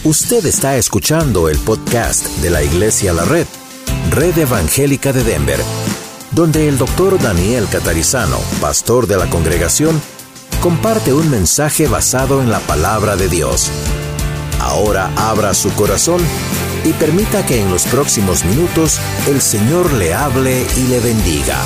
Usted está escuchando el podcast de la Iglesia La Red, Red Evangélica de Denver, donde el Dr. Daniel Catarizano, pastor de la congregación, comparte un mensaje basado en la palabra de Dios. Ahora abra su corazón y permita que en los próximos minutos el Señor le hable y le bendiga.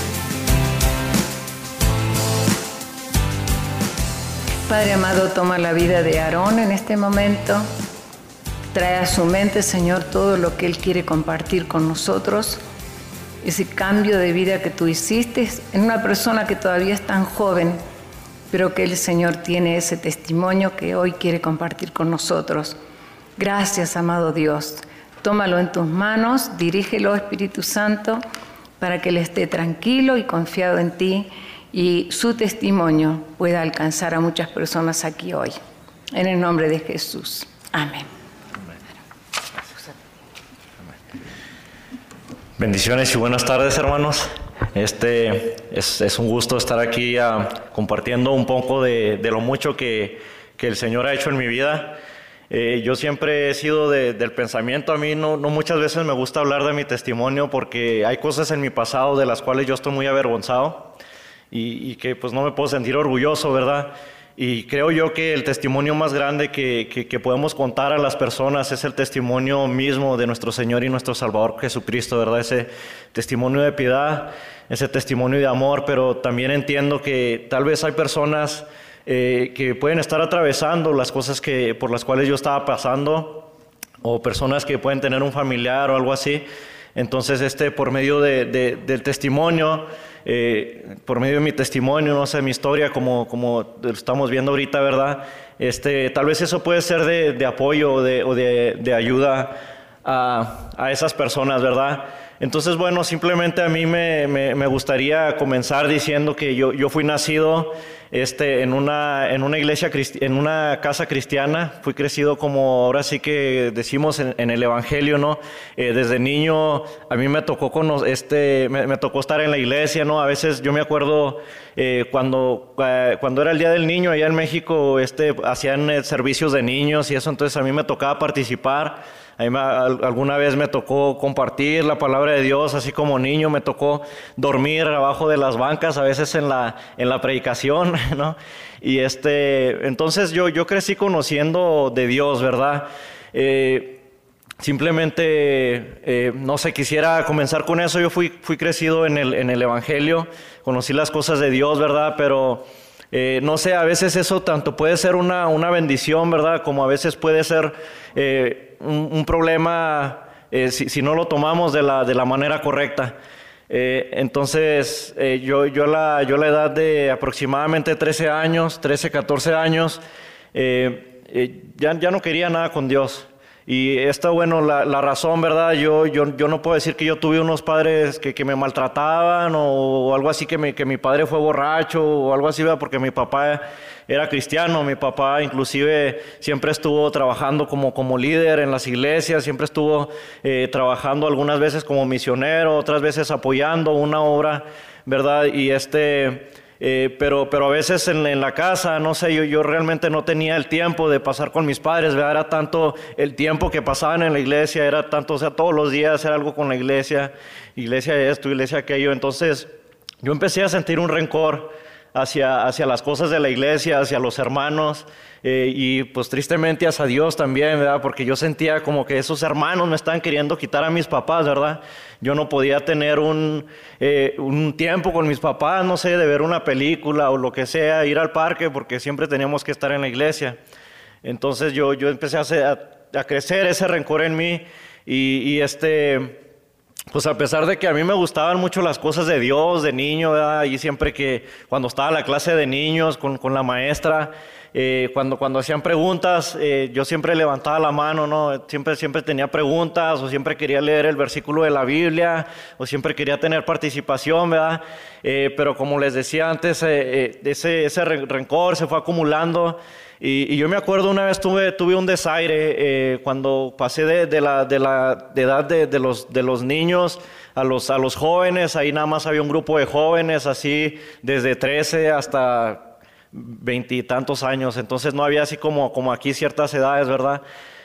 Padre amado, toma la vida de Aarón en este momento. Trae a su mente, Señor, todo lo que Él quiere compartir con nosotros. Ese cambio de vida que tú hiciste en una persona que todavía es tan joven, pero que el Señor tiene ese testimonio que hoy quiere compartir con nosotros. Gracias, amado Dios. Tómalo en tus manos, dirígelo, Espíritu Santo, para que Él esté tranquilo y confiado en ti y su testimonio pueda alcanzar a muchas personas aquí hoy. En el nombre de Jesús. Amén. Bendiciones y buenas tardes, hermanos. Es un gusto estar aquí compartiendo un poco de lo mucho que el Señor ha hecho en mi vida. Yo siempre he sido del pensamiento, a mí no muchas veces me gusta hablar de mi testimonio porque hay cosas en mi pasado de las cuales yo estoy muy avergonzado y que pues no me puedo sentir orgulloso, ¿verdad? Y creo yo que el testimonio más grande que podemos contar a las personas es el testimonio mismo de nuestro Señor y nuestro Salvador Jesucristo, ¿verdad? Ese testimonio de piedad, ese testimonio de amor, pero también entiendo que tal vez hay personas que pueden estar atravesando las cosas por las cuales yo estaba pasando, o personas que pueden tener un familiar o algo así. Entonces, por medio del testimonio, por medio de mi testimonio, no sé, mi historia, como estamos viendo ahorita, ¿verdad? Tal vez eso puede ser de apoyo o de ayuda a esas personas, ¿verdad? Entonces, bueno, simplemente a mí me gustaría comenzar diciendo que yo fui nacido en una iglesia, en una casa cristiana. Fui crecido como ahora sí que decimos en el Evangelio, ¿no? Desde niño a mí me tocó me tocó estar en la iglesia, ¿no? A veces yo me acuerdo cuando era el Día del Niño allá en México, hacían servicios de niños y eso, entonces a mí me tocaba participar. Alguna vez me tocó compartir la palabra de Dios, así como niño me tocó dormir abajo de las bancas, a veces en la predicación, ¿no? Y entonces yo crecí conociendo de Dios, ¿verdad? Simplemente, no sé, quisiera comenzar con eso. Yo fui crecido en el Evangelio, conocí las cosas de Dios, ¿verdad? Pero no sé, a veces eso tanto puede ser una bendición, ¿verdad? Como a veces puede ser un problema si no lo tomamos de la manera correcta. Entonces, yo a la edad de aproximadamente 13, 14 años, ya no quería nada con Dios. Y bueno, la razón, ¿verdad? Yo no puedo decir que yo tuve unos padres que me maltrataban o algo así, que mi padre fue borracho o algo así, ¿verdad? Porque mi papá era cristiano. Mi papá inclusive siempre estuvo trabajando como líder en las iglesias, siempre estuvo trabajando algunas veces como misionero, otras veces apoyando una obra, ¿verdad? Y pero a veces en la casa, no sé, yo realmente no tenía el tiempo de pasar con mis padres, ¿verdad? Era tanto el tiempo que pasaban en la iglesia, era tanto, o sea, todos los días era algo con la iglesia esto, iglesia aquello. Entonces yo empecé a sentir un rencor hacia las cosas de la iglesia, hacia los hermanos, y pues tristemente hacia Dios también, ¿verdad? Porque yo sentía como que esos hermanos me estaban queriendo quitar a mis papás, ¿verdad? Yo no podía tener un tiempo con mis papás, no sé, de ver una película o lo que sea, ir al parque, porque siempre teníamos que estar en la iglesia. Entonces yo empecé a crecer ese rencor en mí pues a pesar de que a mí me gustaban mucho las cosas de Dios, de niño, ¿verdad? Y siempre cuando estaba en la clase de niños con la maestra, cuando hacían preguntas, yo siempre levantaba la mano, ¿no? Siempre tenía preguntas, o siempre quería leer el versículo de la Biblia, o siempre quería tener participación, ¿verdad? Pero como les decía antes, ese rencor se fue acumulando. Y yo me acuerdo una vez tuve un desaire cuando pasé de la edad de los niños a los jóvenes. Ahí nada más había un grupo de jóvenes, así desde 13 hasta 20 y tantos años. Entonces no había así como aquí ciertas edades, ¿verdad?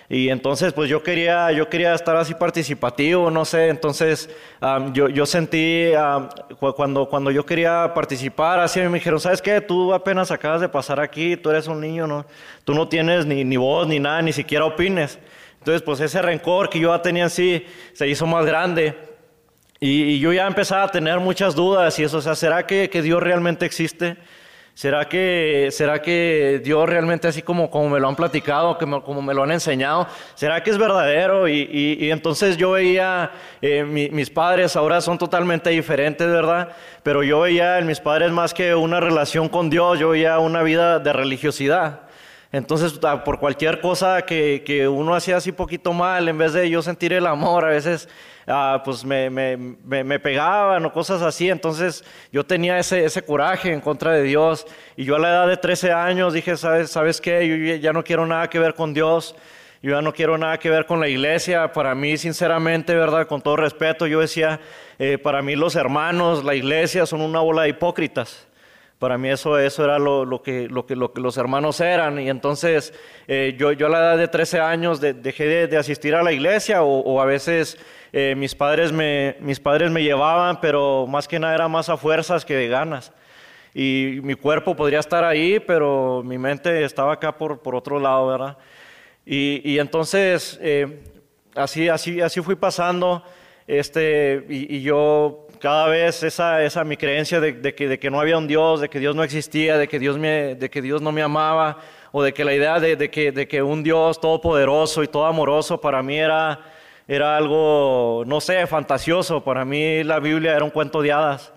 Y entonces, pues yo quería estar así participativo, no sé. Entonces, yo sentí, cuando yo quería participar, así me dijeron, ¿sabes qué? Tú apenas acabas de pasar aquí, tú eres un niño, ¿no? Tú no tienes ni voz, ni nada, ni siquiera opines. Entonces, pues ese rencor que yo ya tenía en sí, se hizo más grande. Y yo ya empezaba a tener muchas dudas y eso, o sea, ¿será que Dios realmente existe? ¿Será que Dios realmente, así como me lo han platicado, como me lo han enseñado, será que es verdadero? Y entonces yo veía, mis padres ahora son totalmente diferentes, ¿verdad? Pero yo veía en mis padres más que una relación con Dios, yo veía una vida de religiosidad. Entonces, por cualquier cosa que uno hacía así poquito mal, en vez de yo sentir el amor, a veces pues me pegaban o cosas así. Entonces, yo tenía ese coraje en contra de Dios. Y yo a la edad de 13 años dije, ¿sabes qué? Yo ya no quiero nada que ver con Dios. Yo ya no quiero nada que ver con la iglesia. Para mí, sinceramente, ¿verdad? Con todo respeto, yo decía, para mí los hermanos, la iglesia son una bola de hipócritas. Para mí eso era lo que los hermanos eran. Y entonces yo a la edad de 13 años dejé de asistir a la iglesia o a veces mis padres me llevaban, pero más que nada era más a fuerzas que de ganas. Y mi cuerpo podría estar ahí, pero mi mente estaba acá por otro lado, ¿verdad? Y entonces así fui pasando, y yo cada vez esa mi creencia de que no había un Dios, de que Dios no existía, de que Dios no me amaba, o de que la idea de que un Dios todopoderoso y todo amoroso para mí era algo, no sé, fantasioso. Para mí la Biblia era un cuento de hadas.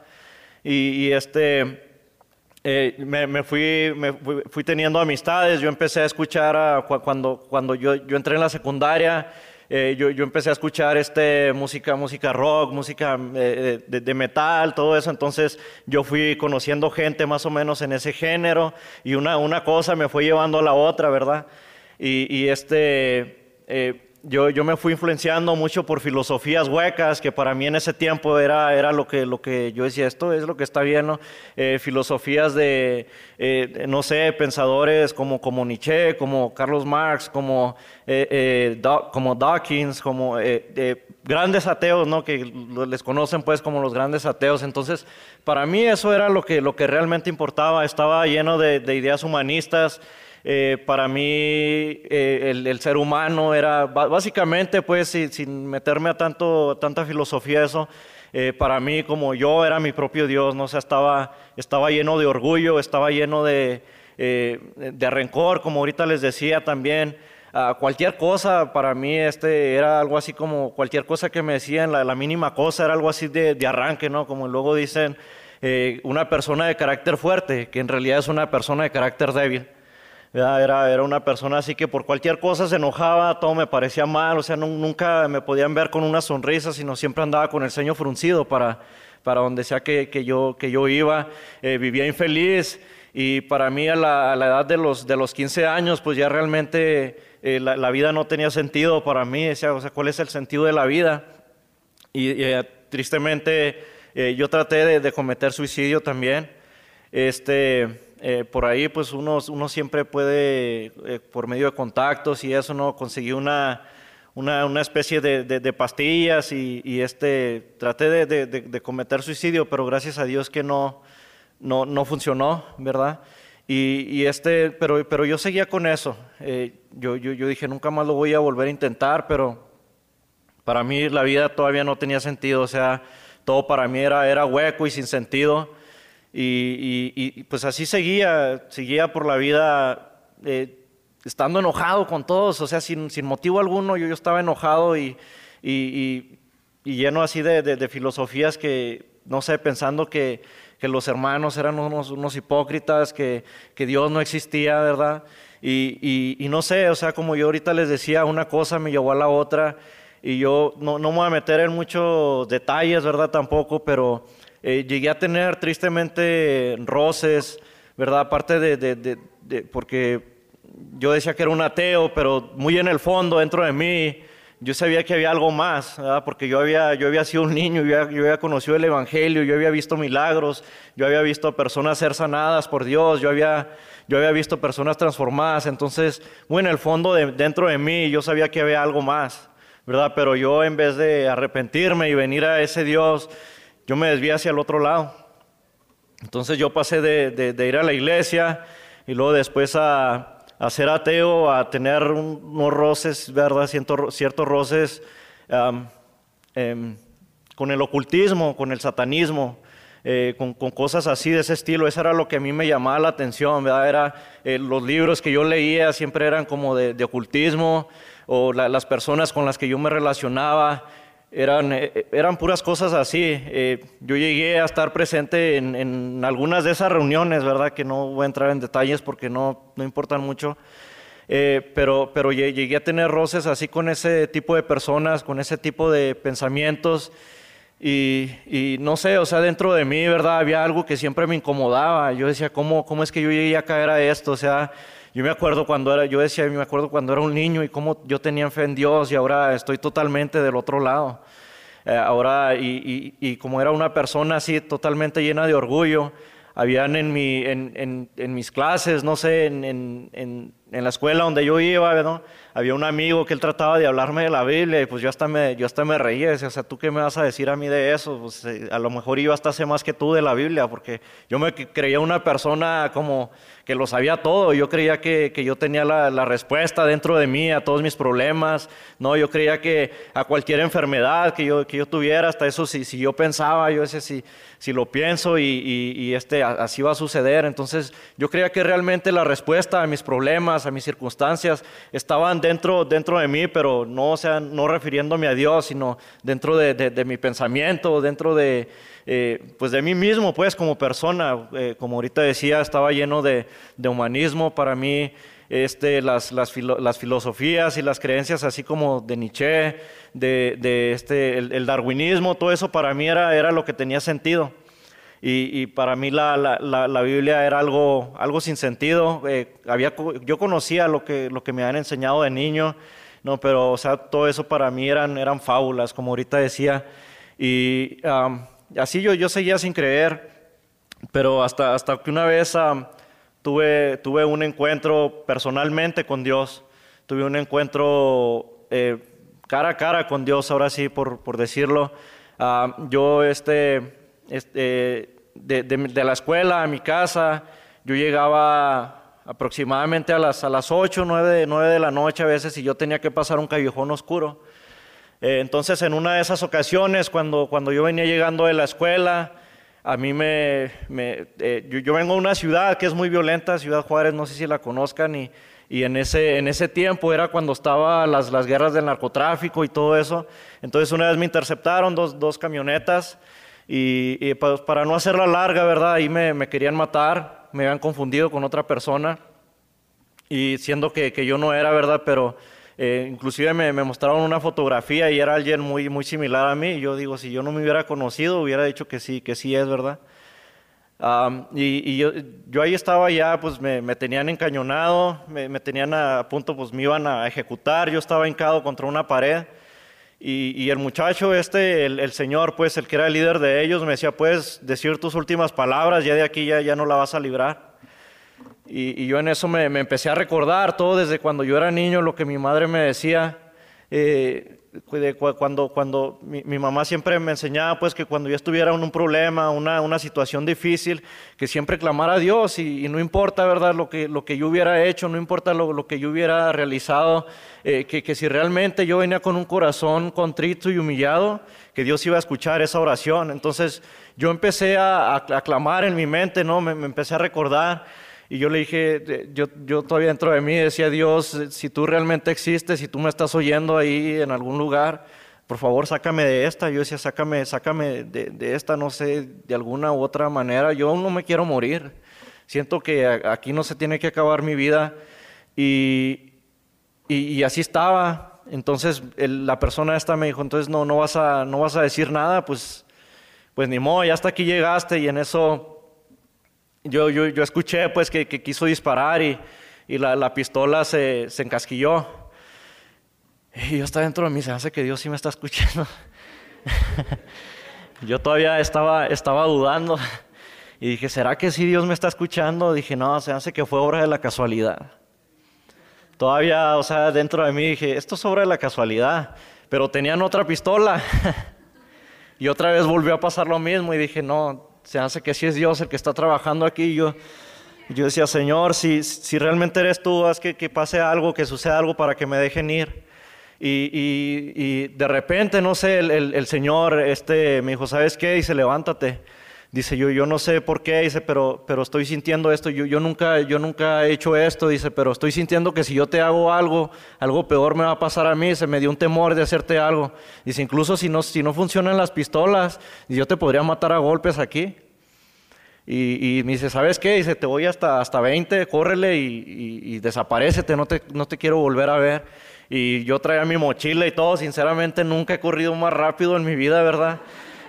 Me fui teniendo amistades. Yo empecé a escuchar cuando yo entré en la secundaria. Yo empecé a escuchar música rock, música de metal, todo eso. Entonces yo fui conociendo gente más o menos en ese género, y una cosa me fue llevando a la otra, ¿verdad? Yo me fui influenciando mucho por filosofías huecas, que para mí en ese tiempo era lo que yo decía, esto es lo que está bien, ¿no? Filosofías no sé, pensadores como Nietzsche, como Carlos Marx, como Dawkins, como grandes ateos, ¿no? Que les conocen pues como los grandes ateos. Entonces, para mí eso era lo que realmente importaba. Estaba lleno de ideas humanistas. Para mí el ser humano era básicamente, pues sin meterme a tanta filosofía, eso para mí, como yo era mi propio Dios, ¿no? O sea, estaba lleno de orgullo, estaba lleno de rencor, como ahorita les decía también. Cualquier cosa para mí era algo así como cualquier cosa que me decían, la mínima cosa era algo así de arranque, ¿no? Como luego dicen, una persona de carácter fuerte, que en realidad es una persona de carácter débil. Era una persona así que por cualquier cosa se enojaba, todo me parecía mal. O sea, nunca me podían ver con una sonrisa, sino siempre andaba con el ceño fruncido para donde sea que yo iba. Vivía infeliz, y para mí a la edad de los 15 años, pues ya realmente la vida no tenía sentido para mí. Decía, o sea, ¿cuál es el sentido de la vida? Y tristemente yo traté de cometer suicidio también. Por ahí pues uno siempre puede, por medio de contactos y eso, ¿no? Conseguí una especie de pastillas y traté de cometer suicidio, pero gracias a Dios que no funcionó, ¿verdad? Pero yo seguía con eso. Yo dije, nunca más lo voy a volver a intentar, pero para mí la vida todavía no tenía sentido. O sea, todo para mí era hueco y sin sentido. Y pues así seguía por la vida, estando enojado con todos. O sea, sin motivo alguno yo estaba enojado y lleno así de filosofías que, no sé, pensando que los hermanos eran unos hipócritas, que Dios no existía, ¿verdad? Y no sé, o sea, como yo ahorita les decía, una cosa me llevó a la otra, y yo no me voy a meter en muchos detalles, ¿verdad? Tampoco, pero llegué a tener tristemente roces, ¿verdad? Aparte porque yo decía que era un ateo, pero muy en el fondo, dentro de mí, yo sabía que había algo más, ¿verdad? Porque yo había sido un niño, yo había conocido el Evangelio, yo había visto milagros, yo había visto personas ser sanadas por Dios, yo había visto personas transformadas. Entonces, en el fondo, dentro de mí, yo sabía que había algo más, ¿verdad? Pero yo, en vez de arrepentirme y venir a ese Dios, yo me desvié hacia el otro lado. Entonces yo pasé de ir a la iglesia y luego después a ser ateo, a tener unos roces, ¿verdad? Ciertos roces con el ocultismo, con el satanismo, con cosas así de ese estilo. Eso era lo que a mí me llamaba la atención, ¿verdad? Los libros que yo leía siempre eran como de ocultismo, o las personas con las que yo me relacionaba eran puras cosas así. Yo llegué a estar presente en algunas de esas reuniones, ¿verdad? Que no voy a entrar en detalles porque no importan mucho. Pero llegué a tener roces así con ese tipo de personas, con ese tipo de pensamientos. Y no sé, o sea, dentro de mí, ¿verdad? Había algo que siempre me incomodaba. Yo decía, ¿cómo es que yo llegué a caer a esto? O sea, me acuerdo cuando era un niño y cómo yo tenía fe en Dios, y ahora estoy totalmente del otro lado. Ahora, y como era una persona así totalmente llena de orgullo, habían en mis clases, no sé, en la escuela donde yo iba, ¿no? Había un amigo que él trataba de hablarme de la Biblia, y pues yo hasta me reía. Decía, o sea, ¿tú qué me vas a decir a mí de eso? Pues a lo mejor yo hasta sé más que tú de la Biblia, porque yo me creía una persona como que lo sabía todo. Yo creía que yo tenía la respuesta dentro de mí a todos mis problemas, ¿no? Yo creía que a cualquier enfermedad que yo tuviera, hasta eso, si yo pensaba, yo decía, si lo pienso y así va a suceder. Entonces yo creía que realmente la respuesta a mis problemas, a mis circunstancias, estaban dentro de mí, pero no, o sea, no refiriéndome a Dios, sino dentro de mi pensamiento, dentro pues de mí mismo, pues como persona. Como ahorita decía, estaba lleno de humanismo. Para mí, las filosofías y las creencias así como de Nietzsche, el darwinismo, todo eso para mí era lo que tenía sentido. Y para mí la Biblia era algo sin sentido. Yo conocía lo que me habían enseñado de niño, no, pero o sea, todo eso para mí eran fábulas, como ahorita decía. Y así yo seguía sin creer, pero hasta que una vez tuve un encuentro personalmente con Dios. Tuve un encuentro cara a cara con Dios, ahora sí, por decirlo. Yo de la escuela a mi casa, yo llegaba aproximadamente a las 8, 9 de la noche a veces, y yo tenía que pasar un callejón oscuro. Entonces, en una de esas ocasiones, cuando yo venía llegando de la escuela, a mí yo vengo de una ciudad que es muy violenta, Ciudad Juárez, no sé si la conozcan, y en ese tiempo era cuando estaban las guerras del narcotráfico y todo eso. Entonces, una vez me interceptaron dos camionetas, y para no hacerla larga, ¿verdad? Ahí me querían matar, me habían confundido con otra persona, y siendo que yo no era, ¿verdad? Pero inclusive me mostraron una fotografía y era alguien muy, muy similar a mí. Y yo digo, si yo no me hubiera conocido, hubiera dicho que sí es, ¿verdad? Y yo ahí estaba ya, pues me tenían encañonado, me tenían a punto, pues me iban a ejecutar. Yo estaba hincado contra una pared. Y el muchacho el señor, pues el que era el líder de ellos, me decía, puedes decir tus últimas palabras, ya de aquí ya no la vas a librar. Y yo en eso me empecé a recordar todo desde cuando yo era niño, lo que mi madre me decía. Cuando mi mamá siempre me enseñaba, pues, que cuando yo estuviera en un problema, una situación difícil, que siempre clamara a Dios, y no importa, ¿verdad?, lo que yo hubiera hecho, no importa lo que yo hubiera realizado, que si realmente yo venía con un corazón contrito y humillado, que Dios iba a escuchar esa oración. Entonces yo empecé a clamar en mi mente, ¿no? Me empecé a recordar. Y yo le dije, yo todavía dentro de mí decía, Dios, si tú realmente existes, si tú me estás oyendo ahí en algún lugar, por favor, sácame de esta. Yo decía, sácame de esta, no sé, de alguna u otra manera. Yo no me quiero morir. Siento que aquí no se tiene que acabar mi vida. Y así estaba. Entonces la persona esta me dijo, entonces no vas a decir nada, pues ni modo, ya hasta aquí llegaste. Y en eso yo escuché, pues, que quiso disparar, y la pistola se encasquilló. Y yo estaba dentro de mí, se hace que Dios sí me está escuchando. Yo todavía estaba dudando. Y dije, ¿será que sí Dios me está escuchando? Dije, no, se hace que fue obra de la casualidad. Todavía, o sea, dentro de mí dije, esto es obra de la casualidad. Pero tenían otra pistola. Y otra vez volvió a pasar lo mismo. Y dije, no, se hace que sí es Dios el que está trabajando aquí. Y yo decía, Señor, si realmente eres tú, haz que pase algo, que suceda algo para que me dejen ir. Y de repente, no sé, el Señor me dijo, ¿sabes qué? Dice, levántate. Dice, yo no sé por qué, dice, pero estoy sintiendo esto. Yo nunca he hecho esto, dice, pero estoy sintiendo que si yo te hago algo peor me va a pasar a mí. Se me dio un temor de hacerte algo. Dice, incluso si no funcionan las pistolas, yo te podría matar a golpes aquí. Y me dice, ¿sabes qué? Dice, te voy hasta 20, córrele y desaparécete, no te quiero volver a ver. Y yo traía mi mochila y todo, sinceramente nunca he corrido más rápido en mi vida, ¿verdad?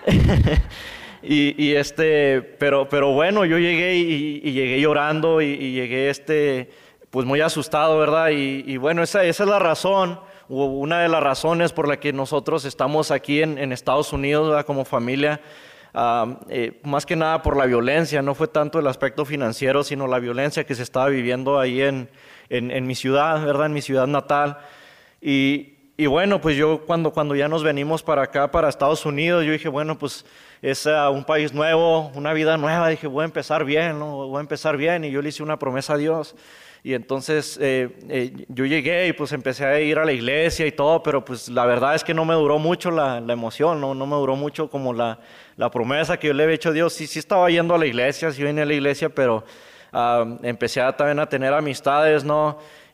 Pero bueno, yo llegué y llegué llorando y llegué pues muy asustado, ¿verdad? Y bueno, esa es la razón, o una de las razones por la que nosotros estamos aquí en Estados Unidos, ¿verdad? Como familia. Más que nada por la violencia, no fue tanto el aspecto financiero, sino la violencia que se estaba viviendo ahí en mi ciudad, ¿verdad? En mi ciudad natal. Y bueno, pues yo cuando ya nos venimos para acá, para Estados Unidos, yo dije, bueno, pues es un país nuevo, una vida nueva. Dije, voy a empezar bien, ¿no? Voy a empezar bien. Y yo le hice una promesa a Dios. Y entonces yo llegué y pues empecé a ir a la iglesia y todo, pero pues la verdad es que no me duró mucho la emoción, no me duró mucho como la promesa que yo le había hecho a Dios. Sí estaba yendo a la iglesia, sí venía a la iglesia, pero empecé también a tener amistades, ¿no?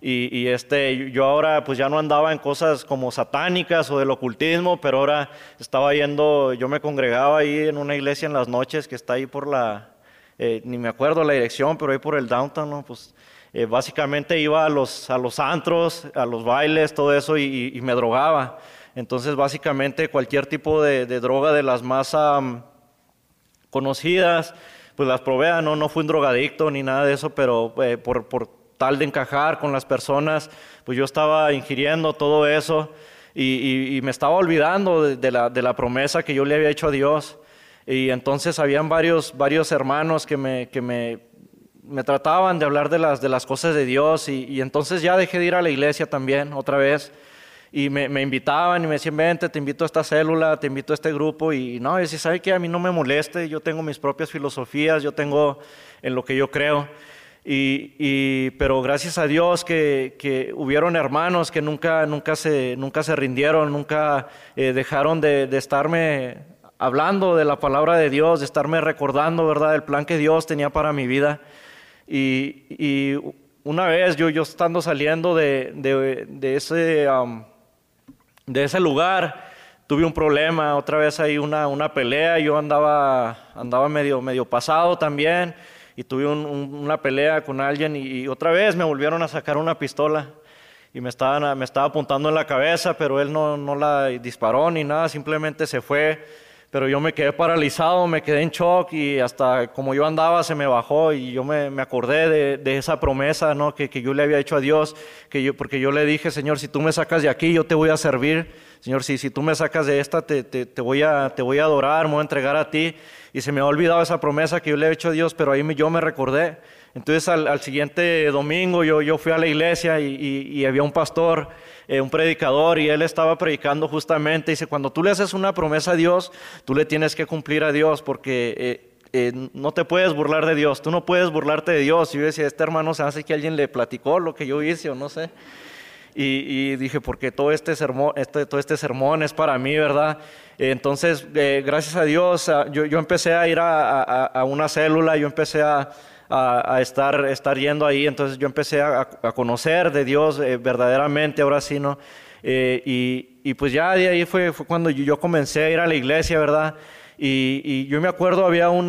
Yo ahora pues ya no andaba en cosas como satánicas o del ocultismo, pero ahora yo me congregaba ahí en una iglesia en las noches que está ahí por ni me acuerdo la dirección, pero ahí por el downtown, ¿no? Pues básicamente iba a los antros, a los bailes, todo eso y me drogaba. Entonces básicamente cualquier tipo de droga de las más conocidas, pues las probé. No fui un drogadicto ni nada de eso, pero por tal de encajar con las personas, pues yo estaba ingiriendo todo eso y me estaba olvidando de la promesa que yo le había hecho a Dios. Y entonces habían varios hermanos que me trataban de hablar de las cosas de Dios y entonces ya dejé de ir a la iglesia también otra vez. Y me invitaban y me decían, vente, te invito a esta célula, te invito a este grupo. Y no, yo decía, ¿sabe qué? A mí no me moleste, yo tengo mis propias filosofías, yo tengo en lo que yo creo. Pero gracias a Dios que hubieron hermanos que nunca se rindieron, nunca dejaron de estarme hablando de la palabra de Dios, de estarme recordando, ¿verdad?, el plan que Dios tenía para mi vida. Y una vez yo estando saliendo de ese lugar, tuve un problema, otra vez ahí una pelea. Yo andaba medio pasado también y tuve una pelea con alguien y otra vez me volvieron a sacar una pistola y me estaba apuntando en la cabeza, pero él no la disparó ni nada, simplemente se fue. Pero yo me quedé paralizado, me quedé en shock y hasta como yo andaba se me bajó y yo me acordé de esa promesa, ¿no?, que yo le había hecho a Dios, porque yo le dije, Señor, si tú me sacas de aquí, yo te voy a servir. Señor, si tú me sacas de esta, te voy a adorar, me voy a entregar a ti. Y se me ha olvidado esa promesa que yo le he hecho a Dios, pero ahí yo me recordé. Entonces al siguiente domingo yo fui a la iglesia y había un pastor, un predicador, y él estaba predicando justamente. Dice, cuando tú le haces una promesa a Dios, tú le tienes que cumplir a Dios, porque no te puedes burlar de Dios, tú no puedes burlarte de Dios. Y yo decía, este hermano se hace que alguien le platicó lo que yo hice o no sé. Y dije, porque todo este sermón es para mí, ¿verdad? Entonces, gracias a Dios, yo empecé a ir a una célula, yo empecé a estar yendo ahí. Entonces yo empecé a conocer de Dios verdaderamente, ahora sí, ¿no? Y pues ya de ahí fue cuando yo comencé a ir a la iglesia, ¿verdad? Y yo me acuerdo, había un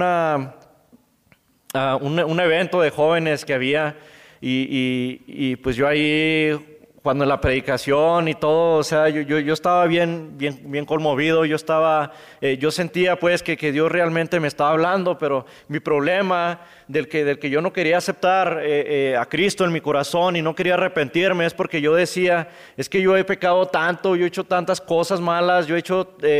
evento de jóvenes que había y pues yo ahí cuando en la predicación y todo, o sea, yo estaba bien conmovido, yo sentía pues que Dios realmente me estaba hablando, pero mi problema del que yo no quería aceptar a Cristo en mi corazón y no quería arrepentirme es porque yo decía, es que yo he pecado tanto, yo he hecho tantas cosas malas, yo he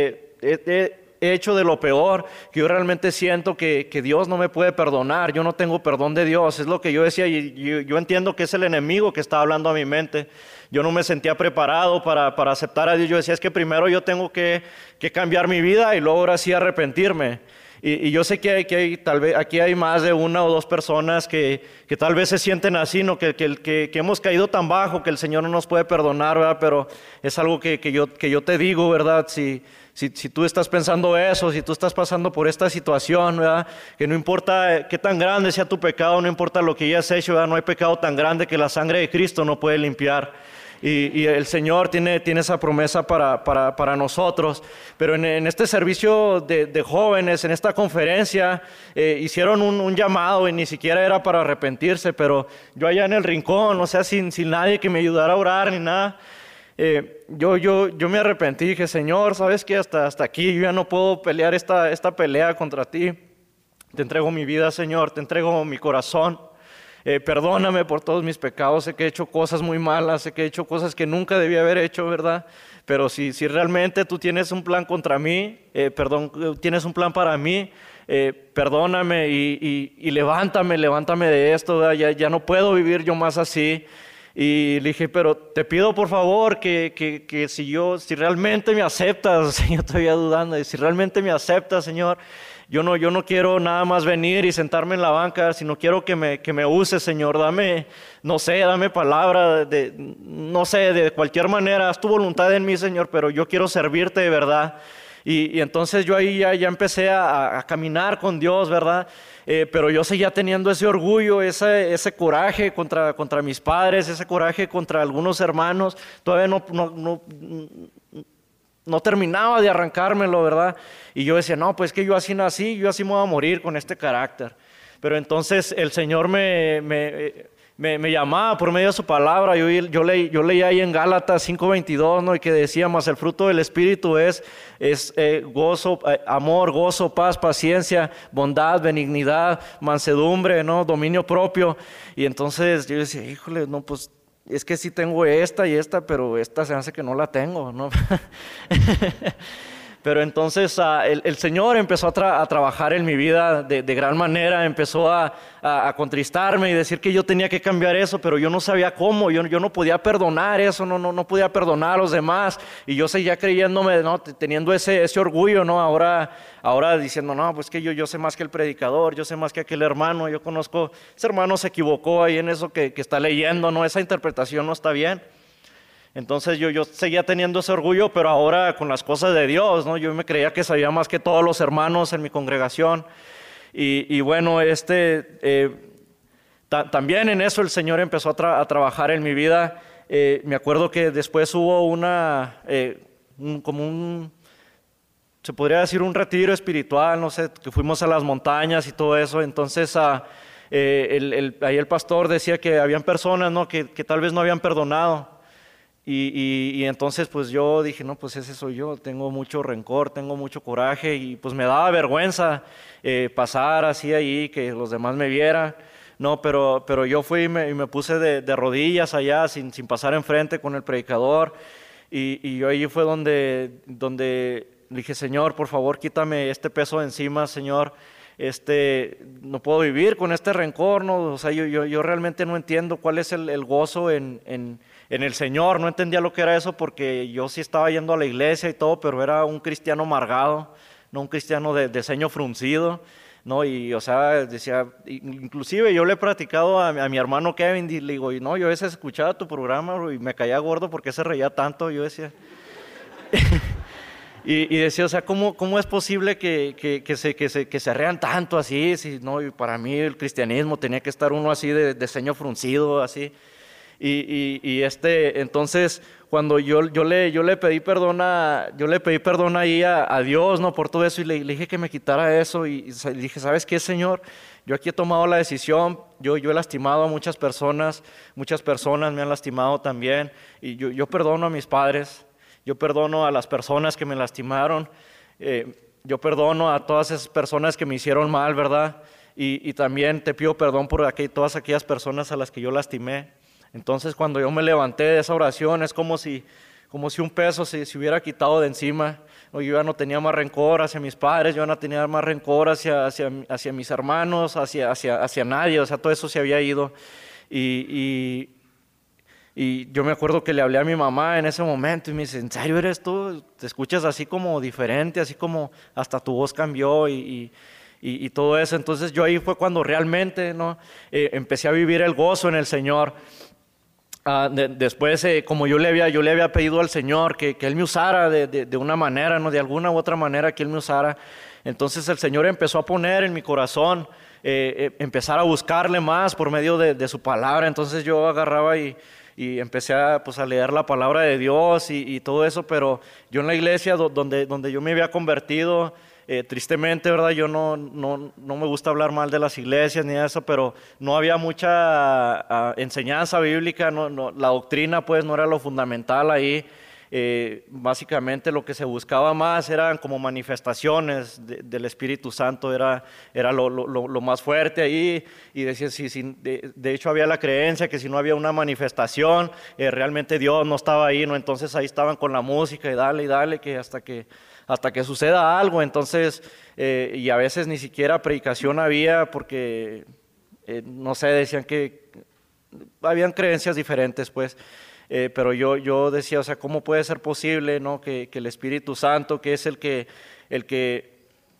hecho de lo peor, que yo realmente siento que Dios no me puede perdonar, yo no tengo perdón de Dios, es lo que yo decía, y yo entiendo que es el enemigo que está hablando a mi mente. Yo no me sentía preparado para aceptar a Dios. Yo decía, es que primero yo tengo que cambiar mi vida y luego ahora sí arrepentirme. Y yo sé que tal vez aquí hay más de una o dos personas que tal vez se sienten así, ¿no? Que hemos caído tan bajo que el Señor no nos puede perdonar, ¿verdad? Pero es algo que yo te digo, ¿verdad? Si tú estás pensando eso, si tú estás pasando por esta situación, ¿verdad? Que no importa qué tan grande sea tu pecado, no importa lo que hayas hecho, ¿verdad? No hay pecado tan grande que la sangre de Cristo no puede limpiar. Y el Señor tiene esa promesa para nosotros. Pero en este servicio de jóvenes, en esta conferencia, hicieron un llamado y ni siquiera era para arrepentirse, pero yo allá en el rincón, o sea, sin nadie que me ayudara a orar ni nada, yo me arrepentí y dije, Señor, ¿sabes qué? Hasta aquí, yo ya no puedo pelear esta pelea contra ti. Te entrego mi vida, Señor, te entrego mi corazón. Perdóname por todos mis pecados, sé que he hecho cosas muy malas, sé que he hecho cosas que nunca debí haber hecho, ¿verdad? Pero si realmente tú tienes un plan contra mí, tienes un plan para mí, perdóname y levántame de esto, ¿verdad? Ya no puedo vivir yo más así. Y le dije, pero te pido por favor que si realmente me aceptas, Señor, todavía dudando, y si realmente me aceptas, Señor, yo no quiero nada más venir y sentarme en la banca, sino quiero que me uses, Señor, dame palabra, no sé, de cualquier manera, haz tu voluntad en mí, Señor, pero yo quiero servirte de verdad. Y entonces yo ahí ya empecé a caminar con Dios, ¿verdad? Pero yo seguía teniendo ese orgullo, ese coraje contra mis padres, ese coraje contra algunos hermanos. Todavía no terminaba de arrancármelo, ¿verdad? Y yo decía, no, pues que yo así nací, yo así me voy a morir con este carácter. Pero entonces el Señor me llamaba por medio de su palabra. Yo leí ahí en Gálatas 5:22, ¿no? Y que decía, mas el fruto del Espíritu es gozo, amor, gozo, paz, paciencia, bondad, benignidad, mansedumbre, ¿no? Dominio propio. Y entonces yo decía, híjole, no, pues es que sí tengo esta y esta, pero esta se hace que no la tengo, ¿no? Pero entonces el Señor empezó a trabajar en mi vida de gran manera, empezó a contristarme y decir que yo tenía que cambiar eso, pero yo no sabía cómo, yo no podía perdonar eso, no podía perdonar a los demás, y yo seguía creyéndome, ¿no? Teniendo ese orgullo, ¿no? Ahora diciendo, no, pues que yo sé más que el predicador, yo sé más que aquel hermano, yo conozco, ese hermano se equivocó ahí en eso que está leyendo, ¿no? Esa interpretación no está bien. Entonces yo seguía teniendo ese orgullo, pero ahora con las cosas de Dios, ¿no? Yo me creía que sabía más que todos los hermanos en mi congregación. Y bueno, también en eso el Señor empezó a trabajar en mi vida. Me acuerdo que después hubo se podría decir un retiro espiritual, no sé, que fuimos a las montañas y todo eso. Entonces ahí el pastor decía que habían personas, ¿no? que tal vez no habían perdonado. Y entonces pues yo dije, no, pues ese soy yo, tengo mucho rencor, tengo mucho coraje, y pues me daba vergüenza pasar así ahí, que los demás me vieran, no, pero yo fui y me puse de rodillas allá sin pasar enfrente con el predicador, y yo ahí fue donde dije, Señor, por favor quítame este peso de encima, Señor. No puedo vivir con este rencor, ¿no? O sea, yo realmente no entiendo cuál es el gozo en el Señor. No entendía lo que era eso, porque yo sí estaba yendo a la iglesia y todo, pero era un cristiano amargado, no un cristiano de ceño fruncido, ¿no? Y o sea, decía, inclusive yo le he platicado a mi hermano Kevin, y le digo, no, yo a veces escuchaba tu programa, bro, y me caía gordo porque se reía tanto. Yo decía Y decía, o sea, ¿cómo es posible que se rean tanto así? Si, no, y para mí el cristianismo tenía que estar uno así de ceño fruncido, así. Entonces, cuando yo le pedí perdón ahí a Dios, ¿no? Por todo eso, y le dije que me quitara eso, y le dije, ¿sabes qué, Señor? Yo aquí he tomado la decisión, yo he lastimado a muchas personas me han lastimado también, y yo perdono a mis padres, yo perdono a las personas que me lastimaron, yo perdono a todas esas personas que me hicieron mal, ¿verdad? Y también te pido perdón por todas aquellas personas a las que yo lastimé. Entonces, cuando yo me levanté de esa oración, es como si un peso se hubiera quitado de encima. Yo ya no tenía más rencor hacia mis padres, yo no tenía más rencor hacia mis hermanos, hacia nadie, o sea, todo eso se había ido. Y yo me acuerdo que le hablé a mi mamá en ese momento y me dice, ¿en serio eres tú? Te escuchas así como diferente, así como hasta tu voz cambió y todo eso. Entonces yo ahí fue cuando realmente, ¿no? Empecé a vivir el gozo en el Señor. Después, como yo le había pedido al Señor que Él me usara de una manera, ¿no? De alguna u otra manera que Él me usara. Entonces el Señor empezó a poner en mi corazón, empezar a buscarle más por medio de su palabra. Entonces yo agarraba y empecé a leer la palabra de Dios y todo eso, pero yo en la iglesia donde yo me había convertido, tristemente, ¿verdad? Yo no me gusta hablar mal de las iglesias ni eso, pero no había mucha enseñanza bíblica, la doctrina pues no era lo fundamental ahí. Básicamente lo que se buscaba más eran como manifestaciones del Espíritu Santo, era lo más fuerte ahí, y decía, de hecho había la creencia que si no había una manifestación, realmente Dios no estaba ahí, ¿no? Entonces ahí estaban con la música y dale, que hasta que suceda algo. Entonces, y a veces ni siquiera predicación había porque, no sé, decían que habían creencias diferentes, pues. Pero yo decía, o sea, ¿cómo puede ser posible, ¿no? que el Espíritu Santo, que es el que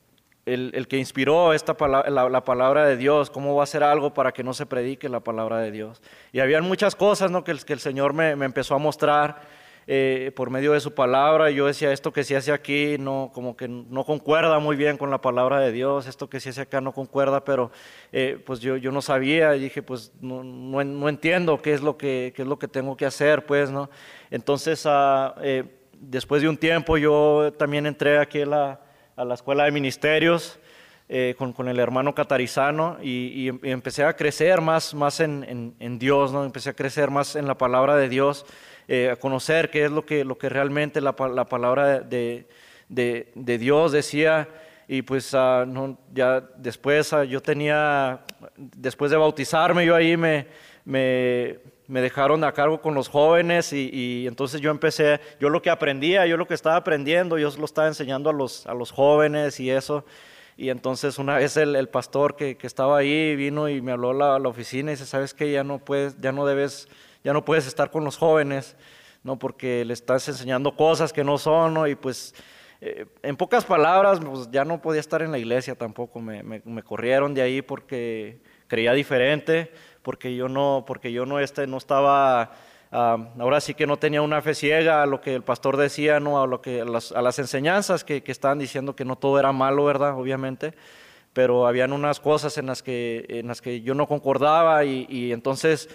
inspiró la palabra de Dios, cómo va a hacer algo para que no se predique la palabra de Dios? Y habían muchas cosas, ¿no? que el Señor me empezó a mostrar por medio de su palabra. Y yo decía, esto que se hace aquí como que no concuerda muy bien con la palabra de Dios, esto que se hace acá no concuerda, pero pues yo no sabía, y dije, pues no entiendo qué es lo que tengo que hacer, pues, ¿no? Entonces, después de un tiempo, yo también entré aquí a la escuela de ministerios con el hermano Catarizano, y empecé a crecer más en Dios, ¿no? Empecé a crecer más en la palabra de Dios, a conocer qué es lo que realmente la palabra de Dios decía. Y pues ya después después de bautizarme, yo ahí me dejaron a cargo con los jóvenes, y entonces yo lo que aprendía, yo lo que estaba aprendiendo, yo lo estaba enseñando a los jóvenes y eso. Y entonces una vez el pastor que estaba ahí vino y me habló a la oficina y dice, ¿sabes qué? Ya no puedes estar con los jóvenes, ¿no? Porque le estás enseñando cosas que no son, ¿no? Y pues en pocas palabras, pues ya no podía estar en la iglesia tampoco. Me corrieron de ahí porque creía diferente, porque yo no estaba, ahora sí que no tenía una fe ciega a lo que el pastor decía, ¿no? A las enseñanzas que estaban diciendo, que no todo era malo, ¿verdad? Obviamente, pero habían unas cosas en las que yo no concordaba, y entonces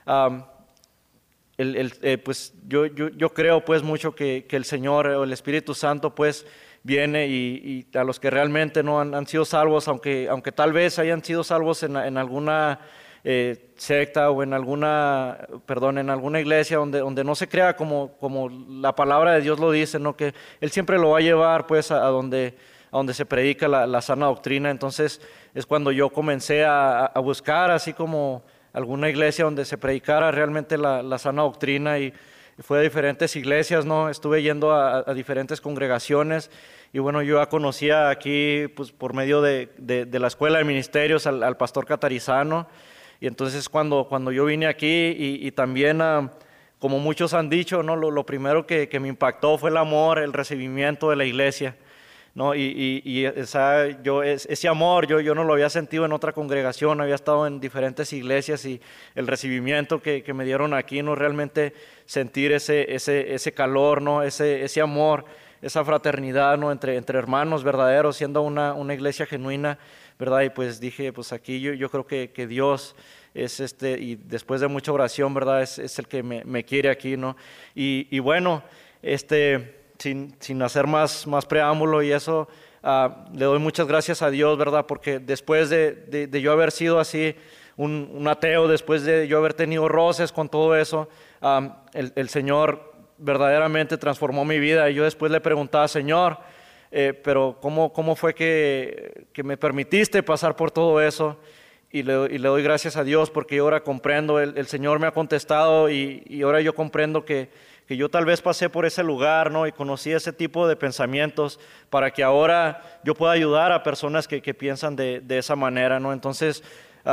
pues yo creo pues mucho que el Señor o el Espíritu Santo pues viene, y a los que realmente no han sido salvos, aunque tal vez hayan sido salvos en alguna secta o en alguna iglesia donde no se crea como la palabra de Dios lo dice, ¿no? Que Él siempre lo va a llevar pues a donde se predica la sana doctrina. Entonces es cuando yo comencé a buscar así como alguna iglesia donde se predicara realmente la sana doctrina, y fue a diferentes iglesias, ¿no? Estuve yendo a diferentes congregaciones, y bueno, yo ya conocía aquí pues por medio de la escuela de ministerios al pastor Catarizano. Y entonces cuando yo vine aquí, y también como muchos han dicho, ¿no? Lo primero que me impactó fue el amor, el recibimiento de la iglesia, ¿no? Ese amor yo no lo había sentido en otra congregación. Había estado en diferentes iglesias, y el recibimiento que me dieron aquí, ¿no? Realmente sentir ese calor, ¿no? Ese amor, esa fraternidad, ¿no? entre hermanos verdaderos, siendo una iglesia genuina, ¿verdad? Y pues dije, pues aquí yo creo que Dios es y después de mucha oración, ¿verdad? Es el que me quiere aquí, ¿no? Y bueno, sin hacer más preámbulo y eso, Le doy muchas gracias a Dios, ¿verdad? Porque después de yo haber sido así un ateo, después de yo haber tenido roces con todo eso, el Señor verdaderamente transformó mi vida. Y yo después le preguntaba, Señor, pero ¿cómo fue que me permitiste pasar por todo eso? Y le doy gracias a Dios porque yo ahora comprendo, el Señor me ha contestado y ahora yo comprendo que yo tal vez pasé por ese lugar, ¿no? Y conocí ese tipo de pensamientos para que ahora yo pueda ayudar a personas que piensan de esa manera, ¿no? Entonces,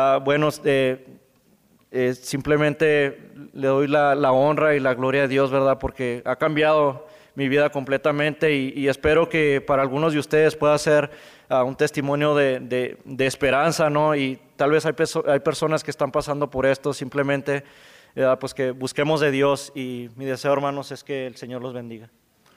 simplemente le doy la honra y la gloria a Dios, ¿verdad? Porque ha cambiado mi vida completamente y espero que para algunos de ustedes pueda ser un testimonio de esperanza, ¿no? Y tal vez hay personas que están pasando por esto, simplemente pues que busquemos de Dios, y mi deseo, hermanos, es que el Señor los bendiga.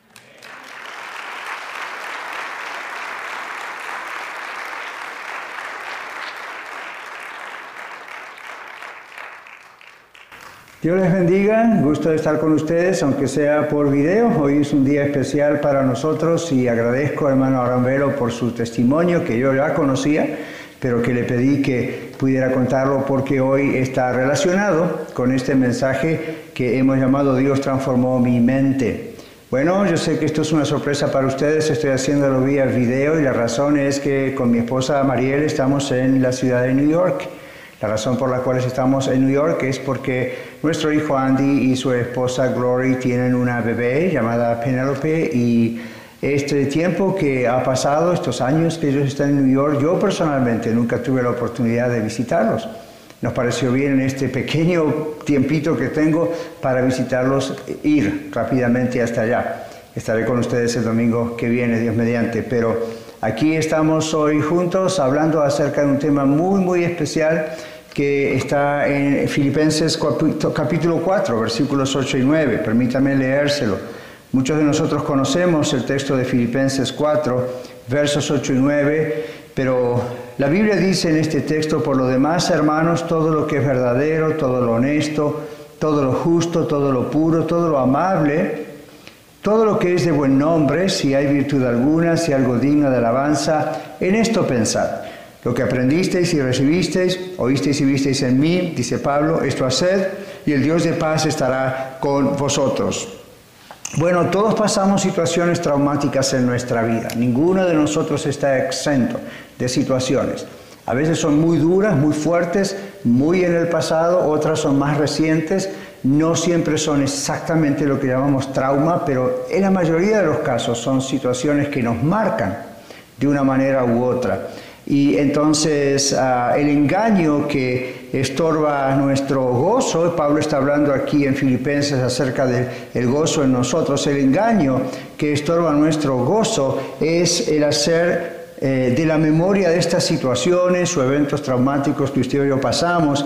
Dios les bendiga, gusto de estar con ustedes, aunque sea por video. Hoy es un día especial para nosotros y agradezco al hermano Abraham Velo por su testimonio, que yo ya conocía, pero que le pedí que pudiera contarlo porque hoy está relacionado con este mensaje que hemos llamado Dios transformó mi mente. Bueno, yo sé que esto es una sorpresa para ustedes, estoy haciéndolo vía video y la razón es que con mi esposa Mariel estamos en la ciudad de New York. La razón por la cual estamos en New York es porque nuestro hijo Andy y su esposa Glory tienen una bebé llamada Penelope, y este tiempo que ha pasado, estos años que ellos están en New York, yo personalmente nunca tuve la oportunidad de visitarlos. Nos pareció bien en este pequeño tiempito que tengo para visitarlos, ir rápidamente hasta allá. Estaré con ustedes el domingo que viene, Dios mediante, pero aquí estamos hoy juntos hablando acerca de un tema muy, muy especial que está en Filipenses capítulo 4, versículos 8 y 9. Permítame leérselo. Muchos de nosotros conocemos el texto de Filipenses 4, versos 8 y 9, pero la Biblia dice en este texto: por lo demás, hermanos, todo lo que es verdadero, todo lo honesto, todo lo justo, todo lo puro, todo lo amable, todo lo que es de buen nombre, si hay virtud alguna, si algo digno de alabanza, en esto pensad. Lo que aprendisteis y recibisteis, oísteis y visteis en mí, dice Pablo, esto haced, y el Dios de paz estará con vosotros. Bueno, todos pasamos situaciones traumáticas en nuestra vida. Ninguno de nosotros está exento de situaciones. A veces son muy duras, muy fuertes, muy en el pasado, otras son más recientes. No siempre son exactamente lo que llamamos trauma, pero en la mayoría de los casos son situaciones que nos marcan de una manera u otra. Y entonces el engaño que estorba nuestro gozo, Pablo está hablando aquí en Filipenses acerca del gozo en nosotros, el engaño que estorba nuestro gozo es el hacer de la memoria de estas situaciones o eventos traumáticos que usted y yo pasamos,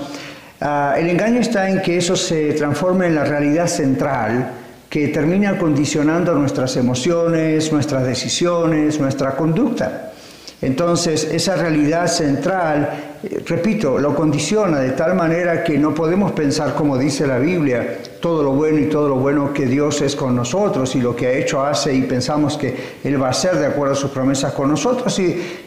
el engaño está en que eso se transforme en la realidad central que termina condicionando nuestras emociones, nuestras decisiones, nuestra conducta. Entonces, esa realidad central, repito, lo condiciona de tal manera que no podemos pensar, como dice la Biblia, todo lo bueno y todo lo bueno que Dios es con nosotros y lo que ha hecho, hace, y pensamos que Él va a hacer de acuerdo a sus promesas con nosotros,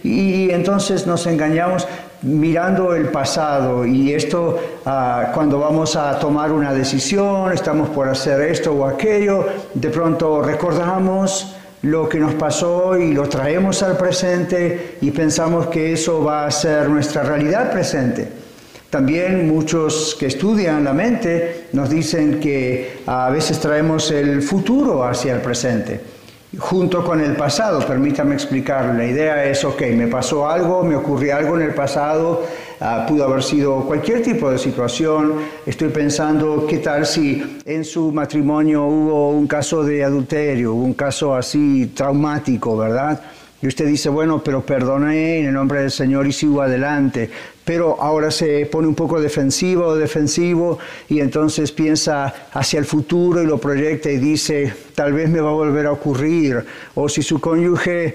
y entonces nos engañamos mirando el pasado. Y esto, cuando vamos a tomar una decisión, estamos por hacer esto o aquello, de pronto recordamos lo que nos pasó y lo traemos al presente y pensamos que eso va a ser nuestra realidad presente. También muchos que estudian la mente nos dicen que a veces traemos el futuro hacia el presente, junto con el pasado. Permítame explicarlo. La idea es, ok, me pasó algo, me ocurrió algo en el pasado, pudo haber sido cualquier tipo de situación. Estoy pensando, ¿qué tal si en su matrimonio hubo un caso de adulterio, hubo un caso así traumático, ¿verdad? Y usted dice, bueno, pero perdoné en el nombre del Señor y sigo adelante. Pero ahora se pone un poco defensivo o defensivo y entonces piensa hacia el futuro y lo proyecta y dice, tal vez me va a volver a ocurrir. O si su cónyuge